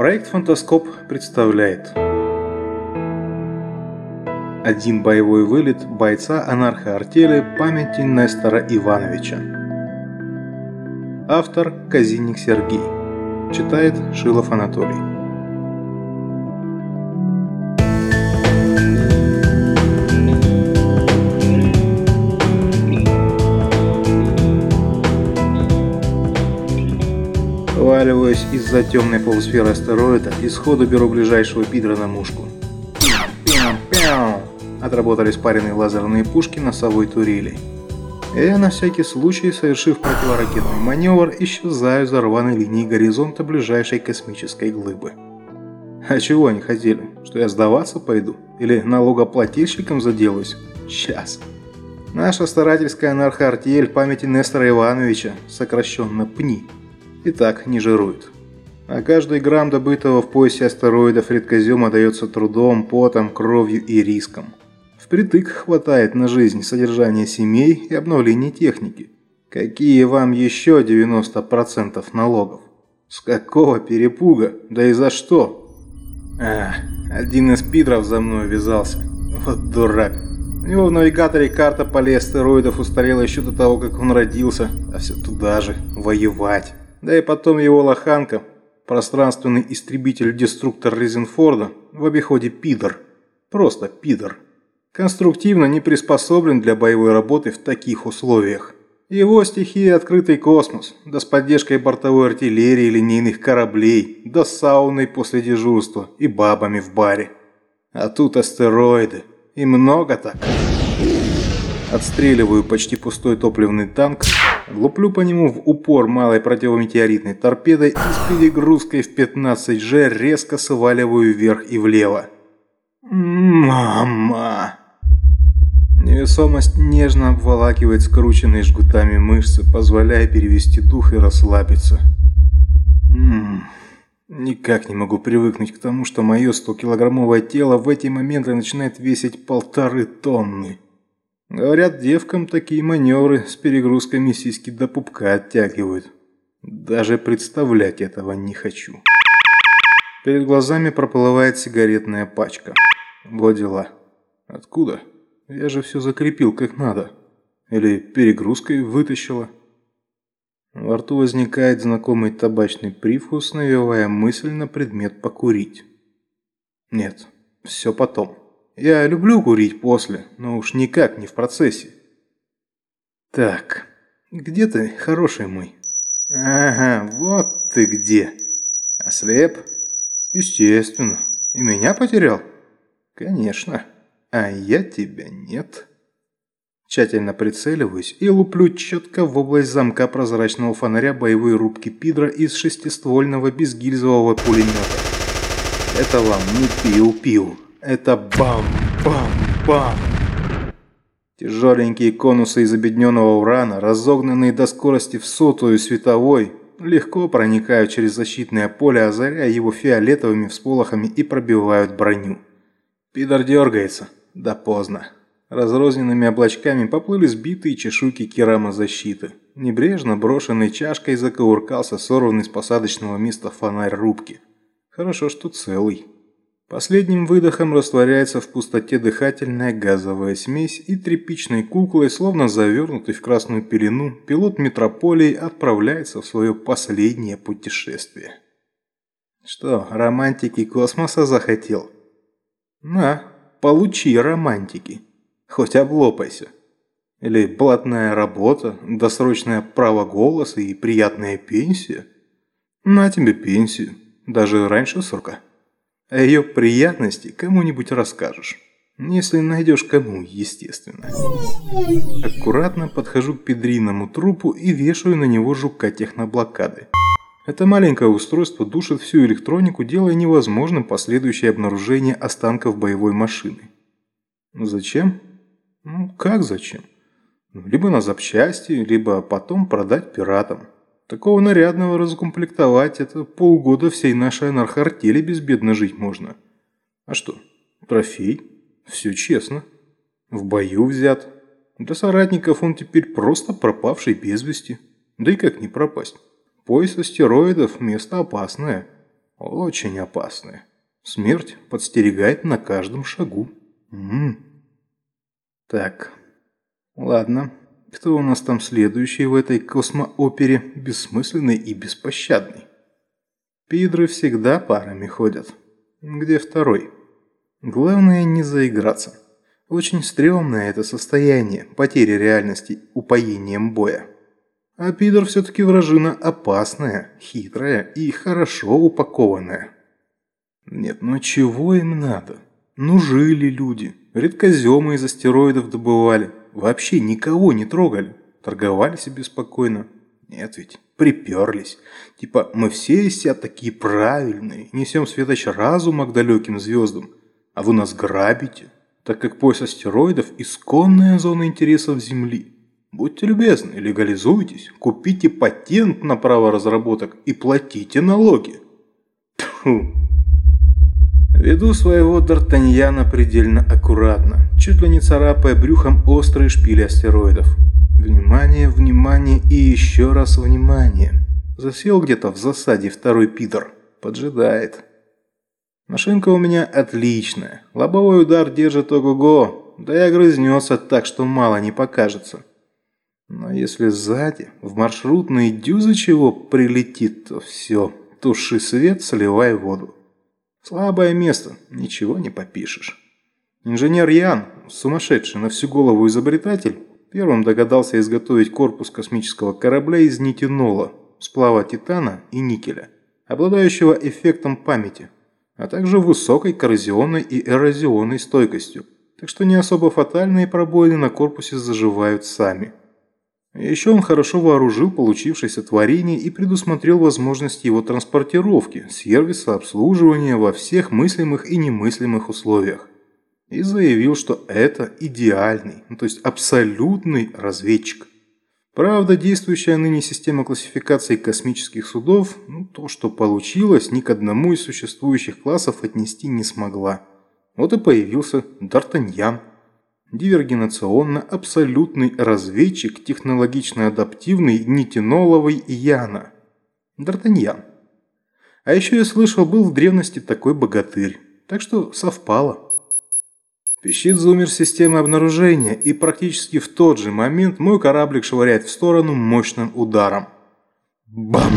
Проект «Фантаскоп» представляет один боевой вылет бойца анархо-артели памяти Нестора Ивановича. Автор Казинник Сергей. Читает Шилов Анатолий. Валиваюсь из-за темной полусферы астероида и сходу беру ближайшего пидора на мушку. Пям-пям! Отработали спаренные лазерные пушки носовой турели. Я на всякий случай, совершив противоракетный маневр, исчезаю за рваной линией горизонта ближайшей космической глыбы. А чего они хотели? Что я сдаваться пойду? Или налогоплательщиком заделаюсь? Сейчас. Наша старательская анархо-артель памяти Нестора Ивановича, сокращенно ПНИ, и так не жирует. А каждый грамм добытого в поясе астероидов редкозема дается трудом, потом, кровью и риском. Впритык хватает на жизнь, содержание семей и обновление техники. Какие вам еще 90% налогов? С какого перепуга? Да и за что? Один из пидров за мной ввязался. Вот дурак. У него в навигаторе карта полей астероидов устарела еще до того, как он родился. А все туда же. Воевать. Да и потом его лоханка, пространственный истребитель-деструктор Резенфорда, в обиходе пидор. Просто пидор. Конструктивно не приспособлен для боевой работы в таких условиях. Его стихия – открытый космос, да с поддержкой бортовой артиллерии, линейных кораблей, да с сауной после дежурства и бабами в баре. А тут астероиды. И много так. Отстреливаю почти пустой топливный танк, луплю по нему в упор малой противометеоритной торпедой и с перегрузкой в 15G резко сваливаю вверх и влево. Мама! Невесомость нежно обволакивает скрученные жгутами мышцы, позволяя перевести дух и расслабиться. Никак не могу привыкнуть к тому, что мое 100-килограммовое тело в эти моменты начинает весить 1,5 тонны. Говорят, девкам такие маневры с перегрузками сиськи до пупка оттягивают. Даже представлять этого не хочу. Перед глазами проплывает сигаретная пачка. Вот дела. Откуда? Я же все закрепил как надо. Или перегрузкой вытащила. Во рту возникает знакомый табачный привкус, навевая мысль на предмет покурить. Нет, все потом. Я люблю курить после, но уж никак не в процессе. Так, где ты, хороший мой? Ага, вот ты где. Ослеп? Естественно. И меня потерял? Конечно. А я тебя нет. Тщательно прицеливаюсь и луплю четко в область замка прозрачного фонаря боевой рубки пидра из шестиствольного безгильзового пулемета. Это вам не пиу-пиу. Это бам-бам-бам. Тяжеленькие конусы из обедненного урана, разогнанные до скорости в 100-ю световой, легко проникают через защитное поле, озаряя его фиолетовыми всполохами и пробивают броню. Пидор дергается. Да поздно. Разрозненными облачками поплыли сбитые чешуйки керамозащиты. Небрежно брошенной чашкой закувыркался сорванный с посадочного места фонарь рубки. Хорошо, что целый. Последним выдохом растворяется в пустоте дыхательная газовая смесь, и тряпичной куклой, словно завернутый в красную пелену, пилот метрополии отправляется в свое последнее путешествие. Что, романтики космоса захотел? На, получи романтики. Хоть облопайся. Или блатная работа, досрочное право голоса и приятная пенсия. На тебе пенсию, даже раньше срока. О ее приятности кому-нибудь расскажешь. Если найдешь кому, естественно. Аккуратно подхожу к педриному трупу и вешаю на него жука техноблокады. Это маленькое устройство душит всю электронику, делая невозможным последующее обнаружение останков боевой машины. Зачем? Как зачем? Либо на запчасти, либо потом продать пиратам. Такого нарядного разукомплектовать – это полгода всей нашей анархо-артели безбедно жить можно. А что? Трофей? Все честно. В бою взят. Для соратников он теперь просто пропавший без вести. Да и как не пропасть? Пояс астероидов – место опасное. Очень опасное. Смерть подстерегает на каждом шагу. Так, ладно. Кто у нас там следующий в этой космоопере, бессмысленный и беспощадный? Пидры всегда парами ходят. Где второй? Главное не заиграться. Очень стрёмное это состояние, потери реальности упоением боя. А пидор все-таки вражина опасная, хитрая и хорошо упакованная. Нет, ну чего им надо? Ну жили люди, редкоземы из астероидов добывали, вообще никого не трогали, торговали себе спокойно. Нет ведь, приперлись. Типа мы все из себя такие правильные, несем светоч разума к далеким звездам, а вы нас грабите, так как пояс астероидов – исконная зона интересов Земли. Будьте любезны, легализуйтесь, купите патент на право разработок и платите налоги. Тьфу. Веду своего Д'Артаньяна предельно аккуратно, чуть ли не царапая брюхом острые шпили астероидов. Внимание, внимание и еще раз внимание. Засел где-то в засаде второй пидор. Поджидает. Машинка у меня отличная. Лобовой удар держит ого-го. Да и огрызнется так, что мало не покажется. Но если сзади, в маршрутные дюзы чего прилетит, то все. Туши свет, сливай воду. Слабое место, ничего не попишешь. Инженер Ян, сумасшедший на всю голову изобретатель, первым догадался изготовить корпус космического корабля из нитинола, сплава титана и никеля, обладающего эффектом памяти, а также высокой коррозионной и эрозионной стойкостью, так что не особо фатальные пробоины на корпусе заживают сами. Еще он хорошо вооружил получившееся творение и предусмотрел возможность его транспортировки, сервиса, обслуживания во всех мыслимых и немыслимых условиях. И заявил, что это идеальный, то есть абсолютный разведчик. Правда, действующая ныне система классификации космических судов, то, что получилось, ни к одному из существующих классов отнести не смогла. Вот и появился Д'Артаньян. Дивергенационно-абсолютный разведчик, технологично-адаптивный, нитиноловый Яна. Д'Артаньян. А еще я слышал, был в древности такой богатырь. Так что совпало. Пищит зуммер системы обнаружения, и практически в тот же момент мой кораблик швыряет в сторону мощным ударом. Бам!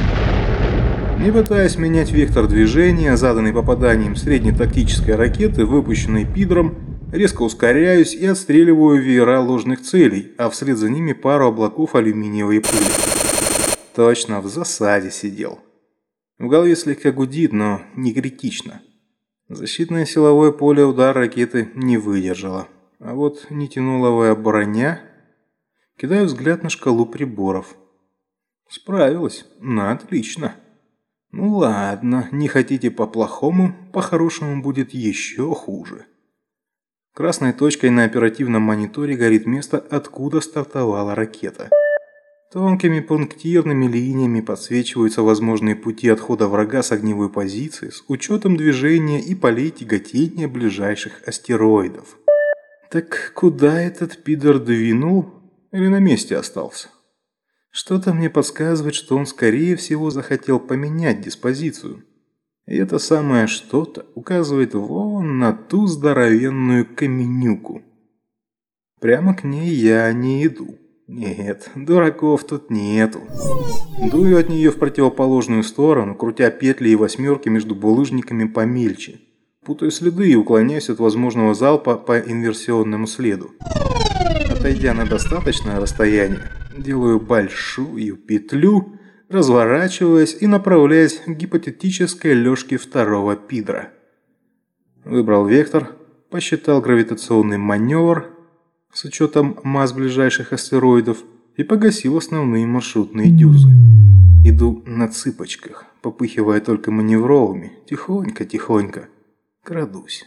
Не пытаясь менять вектор движения, заданный попаданием среднетактической ракеты, выпущенной пидром, резко ускоряюсь и отстреливаю веера ложных целей, а вслед за ними пару облаков алюминиевой пыли. Точно, в засаде сидел. В голове слегка гудит, но не критично. Защитное силовое поле удар ракеты не выдержало. А вот нитиноловая броня... Кидаю взгляд на шкалу приборов. Справилась. Отлично. Ну ладно, не хотите по-плохому, по-хорошему будет еще хуже. Красной точкой на оперативном мониторе горит место, откуда стартовала ракета. Тонкими пунктирными линиями подсвечиваются возможные пути отхода врага с огневой позиции с учетом движения и полей тяготения ближайших астероидов. Так куда этот пидор двинул? Или на месте остался? Что-то мне подсказывает, что он скорее всего захотел поменять диспозицию. И это самое что-то указывает вон на ту здоровенную каменюку. Прямо к ней я не иду. Нет, дураков тут нету. Дую от нее в противоположную сторону, крутя петли и восьмерки между булыжниками помельче. Путаю следы и уклоняюсь от возможного залпа по инверсионному следу. Отойдя на достаточное расстояние, делаю большую петлю, разворачиваясь и направляясь к гипотетической лёжке второго пидра. Выбрал вектор, посчитал гравитационный маневр с учетом масс ближайших астероидов и погасил основные маршрутные дюзы. Иду на цыпочках, попыхивая только маневровыми, тихонько-тихонько. Крадусь.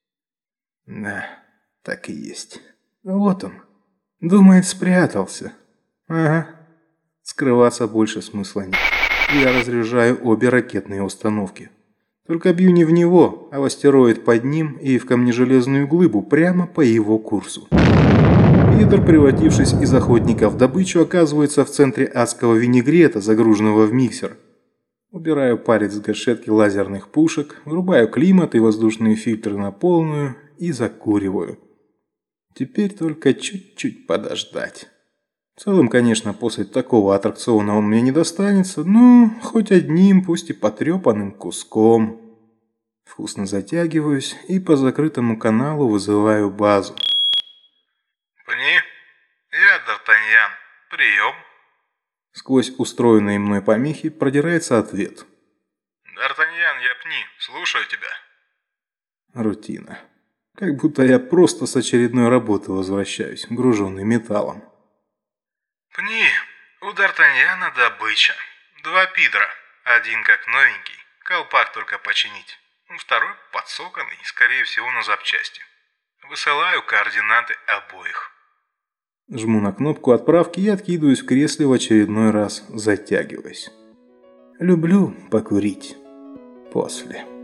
Да, так и есть. Вот он. Думает, спрятался. Ага. Скрываться больше смысла нет. Я разряжаю обе ракетные установки. Только бью не в него, а в астероид под ним и в камнежелезную глыбу прямо по его курсу. Пидор, превратившись из охотника в добычу, оказывается в центре адского винегрета, загруженного в миксер. Убираю палец с гашетки лазерных пушек, врубаю климат и воздушные фильтры на полную и закуриваю. Теперь только чуть-чуть подождать. В целом, конечно, после такого аттракциона он мне не достанется, но хоть одним, пусть и потрепанным куском. Вкусно затягиваюсь и по закрытому каналу вызываю базу. «Пни, я Д'Артаньян. Прием». Сквозь устроенные мной помехи продирается ответ. «Д'Артаньян, я Пни. Слушаю тебя». Рутина. Как будто я просто с очередной работы возвращаюсь, груженный металлом. «Пни, у Д'Артаньяна добыча. 2 пидора. Один как новенький, колпак только починить. Второй подсоканный, скорее всего, на запчасти. Высылаю координаты обоих». Жму на кнопку отправки и откидываюсь в кресле в очередной раз, затягиваясь. Люблю покурить после.